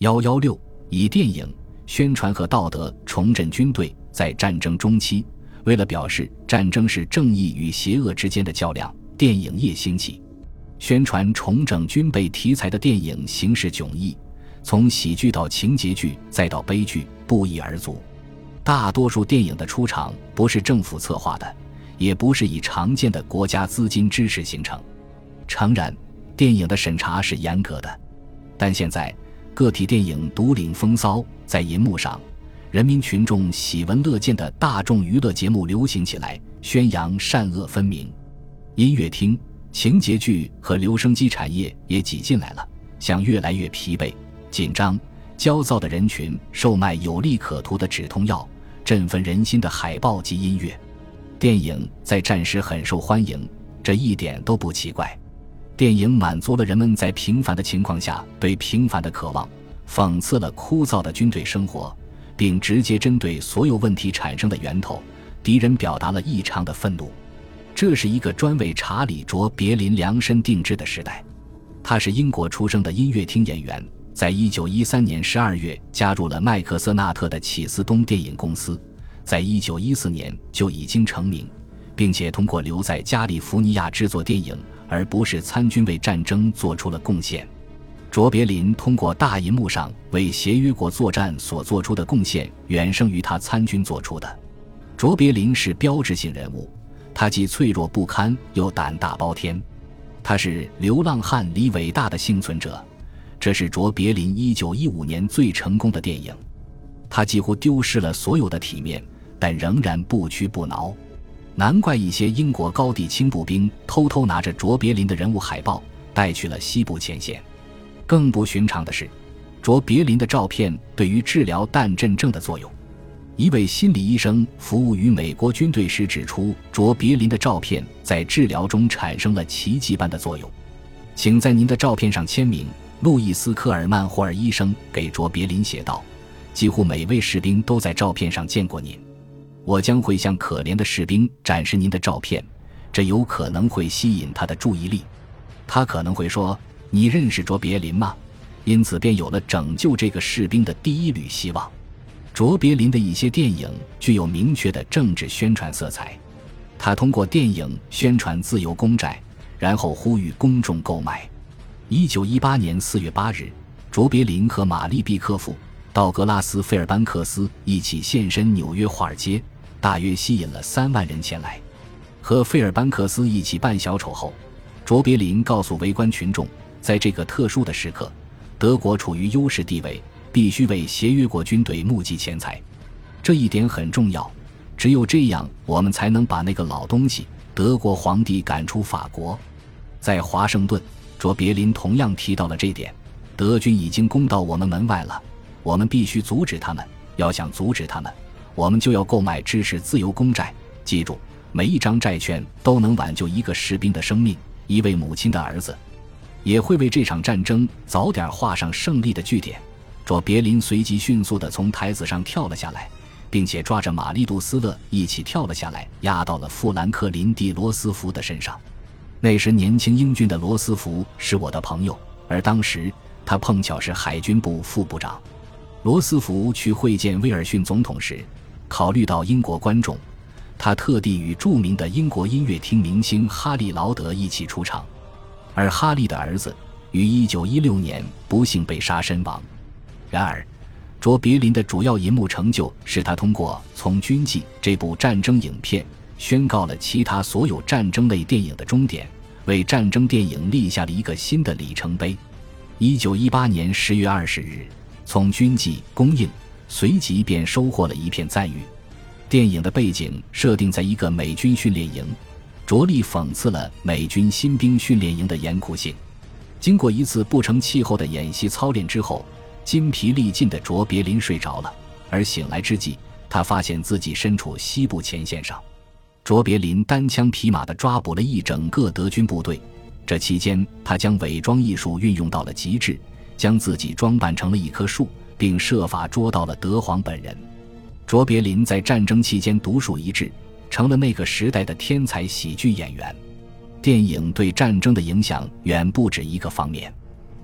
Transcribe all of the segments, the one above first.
116以电影、宣传和道德重振军队。在战争中期，为了表示战争是正义与邪恶之间的较量，电影业兴起。宣传重整军备题材的电影形式迥异，从喜剧到情节剧再到悲剧，不一而足。大多数电影的出场不是政府策划的，也不是以常见的国家资金支持形成。诚然，电影的审查是严格的，但现在个体电影独领风骚，在银幕上人民群众喜闻乐见的大众娱乐节目流行起来，宣扬善恶分明。音乐厅、情节剧和留声机产业也挤进来了，向越来越疲惫、紧张、焦躁的人群售卖有利可图的止痛药，振奋人心的海报及音乐。电影在战时很受欢迎，这一点都不奇怪。电影满足了人们在平凡的情况下对平凡的渴望，讽刺了枯燥的军队生活，并直接针对所有问题产生的源头，敌人表达了异常的愤怒。这是一个专为查理·卓别林量身定制的时代。他是英国出生的音乐厅演员，在1913年12月加入了麦克瑟纳特的启斯东电影公司，在1914年就已经成名，并且通过留在加利福尼亚制作电影，而不是参军为战争做出了贡献。卓别林通过大银幕上为协约国作战所做出的贡献远胜于他参军做出的。卓别林是标志性人物，他既脆弱不堪又胆大包天。他是流浪汉里伟大的幸存者，这是卓别林1915年最成功的电影。他几乎丢失了所有的体面，但仍然不屈不挠。难怪一些英国高地轻步兵偷偷拿着卓别林的人物海报带去了西部前线。更不寻常的是，卓别林的照片对于治疗弹震症的作用。一位心理医生服务于美国军队时指出，卓别林的照片在治疗中产生了奇迹般的作用。请在您的照片上签名，路易斯·科尔曼霍尔医生给卓别林写道，几乎每位士兵都在照片上见过您。我将会向可怜的士兵展示您的照片，这有可能会吸引他的注意力。他可能会说，你认识卓别林吗？因此便有了拯救这个士兵的第一缕希望。卓别林的一些电影具有明确的政治宣传色彩，他通过电影宣传自由公债，然后呼吁公众购买。1918年4月8日，卓别林和玛丽·毕克夫、道格拉斯·费尔班克斯一起现身纽约华尔街，大约吸引了3万人前来。和费尔班克斯一起扮小丑后，卓别林告诉围观群众，在这个特殊的时刻，德国处于优势地位，必须为协约国军队募集钱财。这一点很重要，只有这样我们才能把那个老东西德国皇帝赶出法国。在华盛顿，卓别林同样提到了这点，德军已经攻到我们门外了，我们必须阻止他们，要想阻止他们，我们就要购买支持自由公债。记住，每一张债券都能挽救一个士兵的生命，一位母亲的儿子，也会为这场战争早点画上胜利的句点。卓别林随即迅速地从台子上跳了下来，并且抓着玛丽·杜斯勒一起跳了下来，压到了富兰克林 ·D 罗斯福的身上。那时年轻英俊的罗斯福是我的朋友，而当时他碰巧是海军部副部长。罗斯福去会见威尔逊总统时，考虑到英国观众，他特地与著名的英国音乐厅明星哈利·劳德一起出场，而哈利的儿子于1916年不幸被杀身亡。然而，卓别林的主要银幕成就是他通过《从军记》这部战争影片宣告了其他所有战争类电影的终点，为战争电影立下了一个新的里程碑。1918年10月20日，《从军记》公映，随即便收获了一片赞誉。电影的背景设定在一个美军训练营，着力讽刺了美军新兵训练营的严酷性。经过一次不成气候的演习操练之后，筋疲力尽的卓别林睡着了，而醒来之际，他发现自己身处西部前线上。卓别林单枪匹马地抓捕了一整个德军部队，这期间他将伪装艺术运用到了极致，将自己装扮成了一棵树，并设法捉到了德皇本人。卓别林在战争期间独树一帜，成了那个时代的天才喜剧演员。电影对战争的影响远不止一个方面。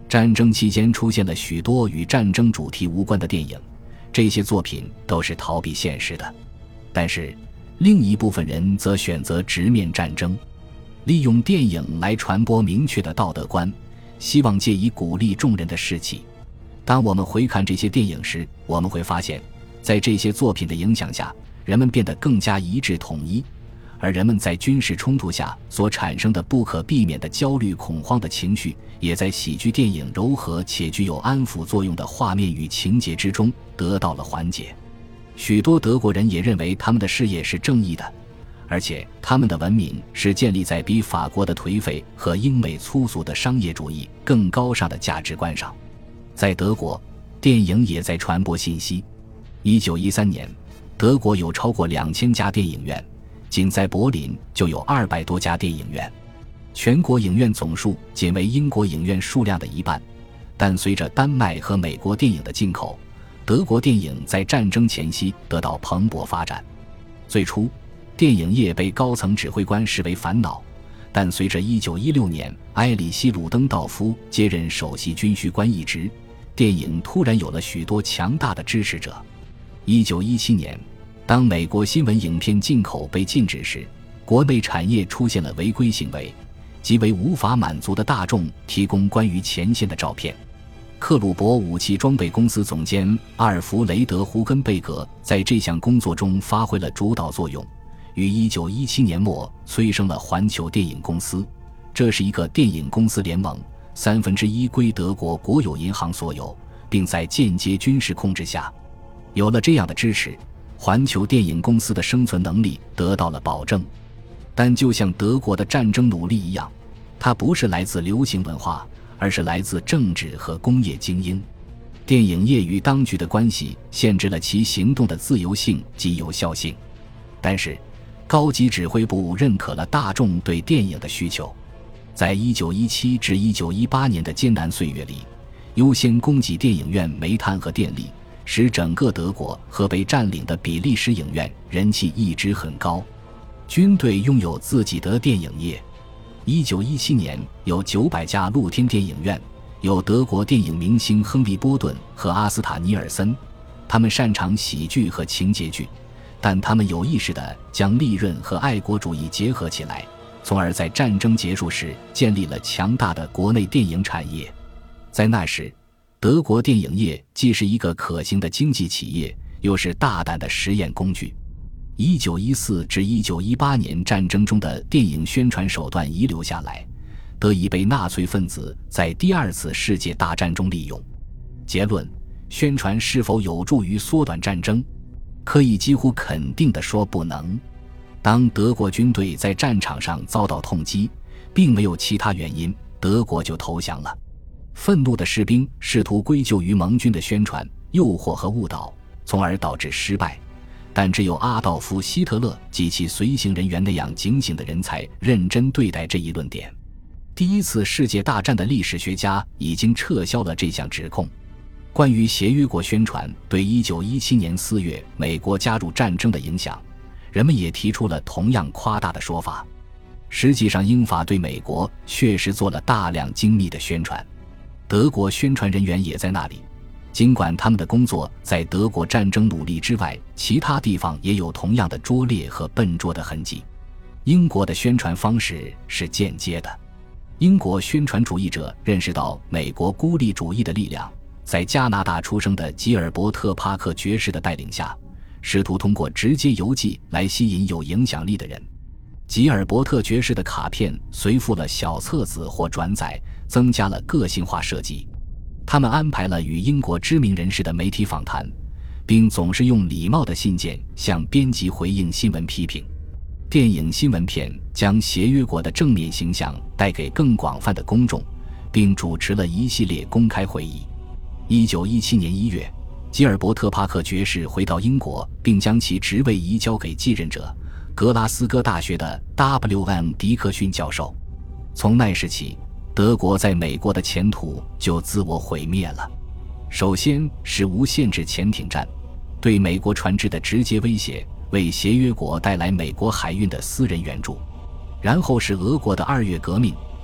战争期间出现了许多与战争主题无关的电影，这些作品都是逃避现实的。但是另一部分人则选择直面战争，利用电影来传播明确的道德观，希望借以鼓励众人的士气。当我们回看这些电影时，我们会发现，在这些作品的影响下，人们变得更加一致统一，而人们在军事冲突下所产生的不可避免的焦虑恐慌的情绪，也在喜剧电影柔和且具有安抚作用的画面与情节之中得到了缓解。许多德国人也认为他们的事业是正义的，而且他们的文明是建立在比法国的颓废和英美粗俗的商业主义更高尚的价值观上。在德国，电影也在传播信息。1913年，德国有超过2000家电影院，仅在柏林就有200多家电影院，全国影院总数仅为英国影院数量的一半。但随着丹麦和美国电影的进口，德国电影在战争前夕得到蓬勃发展。最初，电影业被高层指挥官视为烦恼，但随着1916年埃里希·鲁登道夫接任首席军需官一职，电影突然有了许多强大的支持者。1917年，当美国新闻影片进口被禁止时，国内产业出现了违规行为，即为无法满足的大众提供关于前线的照片。克鲁伯武器装备公司总监阿尔弗雷德·胡根贝格在这项工作中发挥了主导作用，于1917年末催生了环球电影公司。这是一个电影公司联盟，1/3归德国国有银行所有，并在间接军事控制下。有了这样的支持，环球电影公司的生存能力得到了保证。但就像德国的战争努力一样，它不是来自流行文化，而是来自政治和工业精英。电影业与当局的关系限制了其行动的自由性及有效性。但是高级指挥部认可了大众对电影的需求。在1917至1918年的艰难岁月里，优先供给电影院煤炭和电力，使整个德国和被占领的比利时影院人气一直很高。军队拥有自己的电影业。1917年有900家露天电影院，有德国电影明星亨利·波顿和阿斯塔尼尔森，他们擅长喜剧和情节剧，但他们有意识地将利润和爱国主义结合起来，从而在战争结束时建立了强大的国内电影产业。在那时，德国电影业既是一个可行的经济企业，又是大胆的实验工具。1914至1918年战争中的电影宣传手段遗留下来，得以被纳粹分子在第二次世界大战中利用。结论：宣传是否有助于缩短战争？可以几乎肯定地说不能。当德国军队在战场上遭到痛击，并没有其他原因，德国就投降了。愤怒的士兵试图归咎于盟军的宣传、诱惑和误导，从而导致失败。但只有阿道夫·希特勒及其随行人员那样警醒的人才认真对待这一论点。第一次世界大战的历史学家已经撤销了这项指控。关于协约国宣传对1917年4月美国加入战争的影响，人们也提出了同样夸大的说法。实际上，英法对美国确实做了大量精密的宣传，德国宣传人员也在那里。尽管他们的工作在德国战争努力之外，其他地方也有同样的拙劣和笨拙的痕迹。英国的宣传方式是间接的。英国宣传主义者认识到美国孤立主义的力量，在加拿大出生的吉尔伯特·帕克爵士的带领下，试图通过直接邮寄来吸引有影响力的人。吉尔伯特爵士的卡片随附了小册子或转载，增加了个性化设计。他们安排了与英国知名人士的媒体访谈，并总是用礼貌的信件向编辑回应新闻批评。电影新闻片将协约国的正面形象带给更广泛的公众，并主持了一系列公开会议。1917年1月，吉尔伯特·帕克爵士回到英国，并将其职位移交给继任者，格拉斯哥大学的 W.M. 迪克逊教授。从那时起，德国在美国的前途就自我毁灭了。首先是无限制潜艇战，对美国船只的直接威胁，为协约国带来美国海运的私人援助。然后是俄国的2月革命，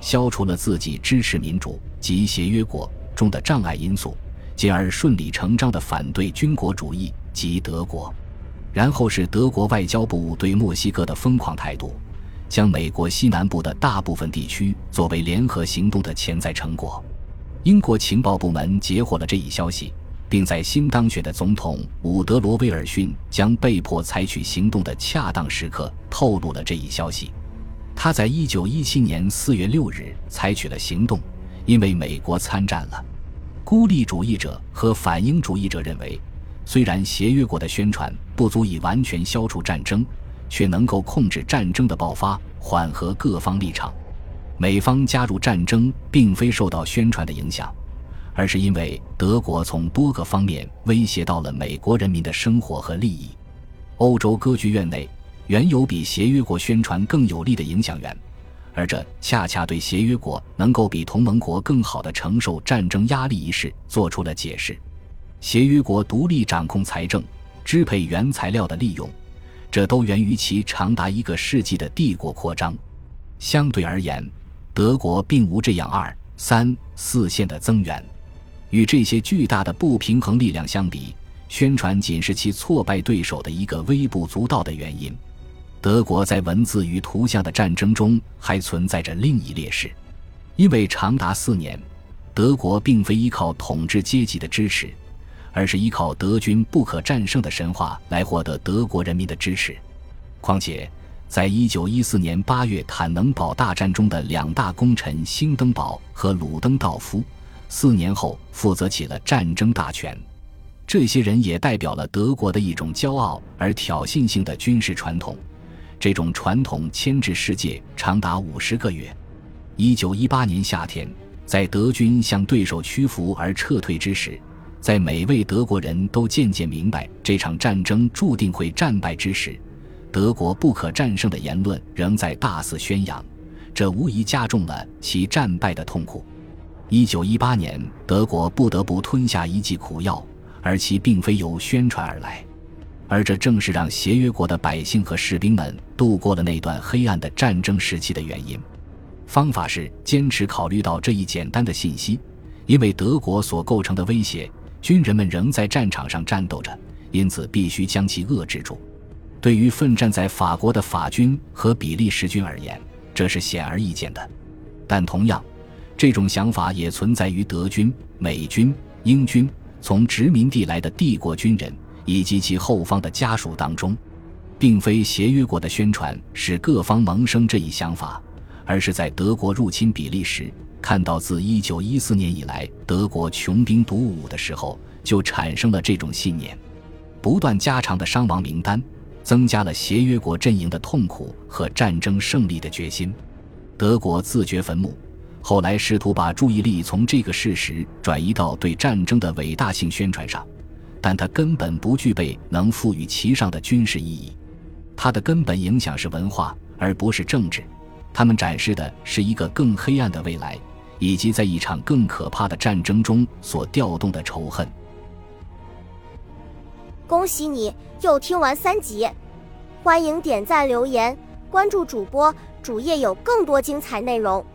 消除了自己支持民主及协约国中的障碍因素，进而顺理成章地反对军国主义及德国。然后是德国外交部对墨西哥的疯狂态度，将美国西南部的大部分地区作为联合行动的潜在成果。英国情报部门截获了这一消息，并在新当选的总统伍德罗·威尔逊将被迫采取行动的恰当时刻透露了这一消息。他在1917年4月6日采取了行动，因为美国参战了。孤立主义者和反英主义者认为，虽然协约国的宣传不足以完全消除战争，却能够控制战争的爆发，缓和各方立场。美方加入战争并非受到宣传的影响，而是因为德国从多个方面威胁到了美国人民的生活和利益。欧洲歌剧院内原有比协约国宣传更有力的影响源，而这恰恰对协约国能够比同盟国更好地承受战争压力一事做出了解释。协约国独立掌控财政、支配原材料的利用，这都源于其长达1个世纪的帝国扩张。相对而言，德国并无这样2、3、4线的增援。与这些巨大的不平衡力量相比，宣传仅是其挫败对手的一个微不足道的原因。德国在文字与图像的战争中还存在着另一劣势，因为长达4年，德国并非依靠统治阶级的支持，而是依靠德军不可战胜的神话来获得德国人民的支持。况且在1914年8月坦能堡大战中的2大功臣兴登堡和鲁登道夫4年后负责起了战争大权，这些人也代表了德国的一种骄傲而挑衅性的军事传统，这种传统牵制世界长达50个月。1918年夏天，在德军向对手屈服而撤退之时，在每位德国人都渐渐明白这场战争注定会战败之时，德国不可战胜的言论仍在大肆宣扬，这无疑加重了其战败的痛苦。1918年，德国不得不吞下一剂苦药，而其并非由宣传而来，而这正是让协约国的百姓和士兵们度过了那段黑暗的战争时期的原因。方法是坚持考虑到这一简单的信息，因为德国所构成的威胁，军人们仍在战场上战斗着，因此必须将其遏制住。对于奋战在法国的法军和比利时军而言，这是显而易见的。但同样，这种想法也存在于德军、美军、英军、从殖民地来的帝国军人以及其后方的家属当中。并非协约国的宣传使各方萌生这一想法，而是在德国入侵比利时，看到自1914年以来德国穷兵黩武的时候，就产生了这种信念。不断加长的伤亡名单增加了协约国阵营的痛苦和战争胜利的决心。德国自掘坟墓，后来试图把注意力从这个事实转移到对战争的伟大性宣传上，但它根本不具备能赋予其上的军事意义。它的根本影响是文化，而不是政治。他们展示的是一个更黑暗的未来，以及在一场更可怕的战争中所调动的仇恨。 恭喜你又听完3集，欢迎点赞留言，关注主播，主页有更多精彩内容。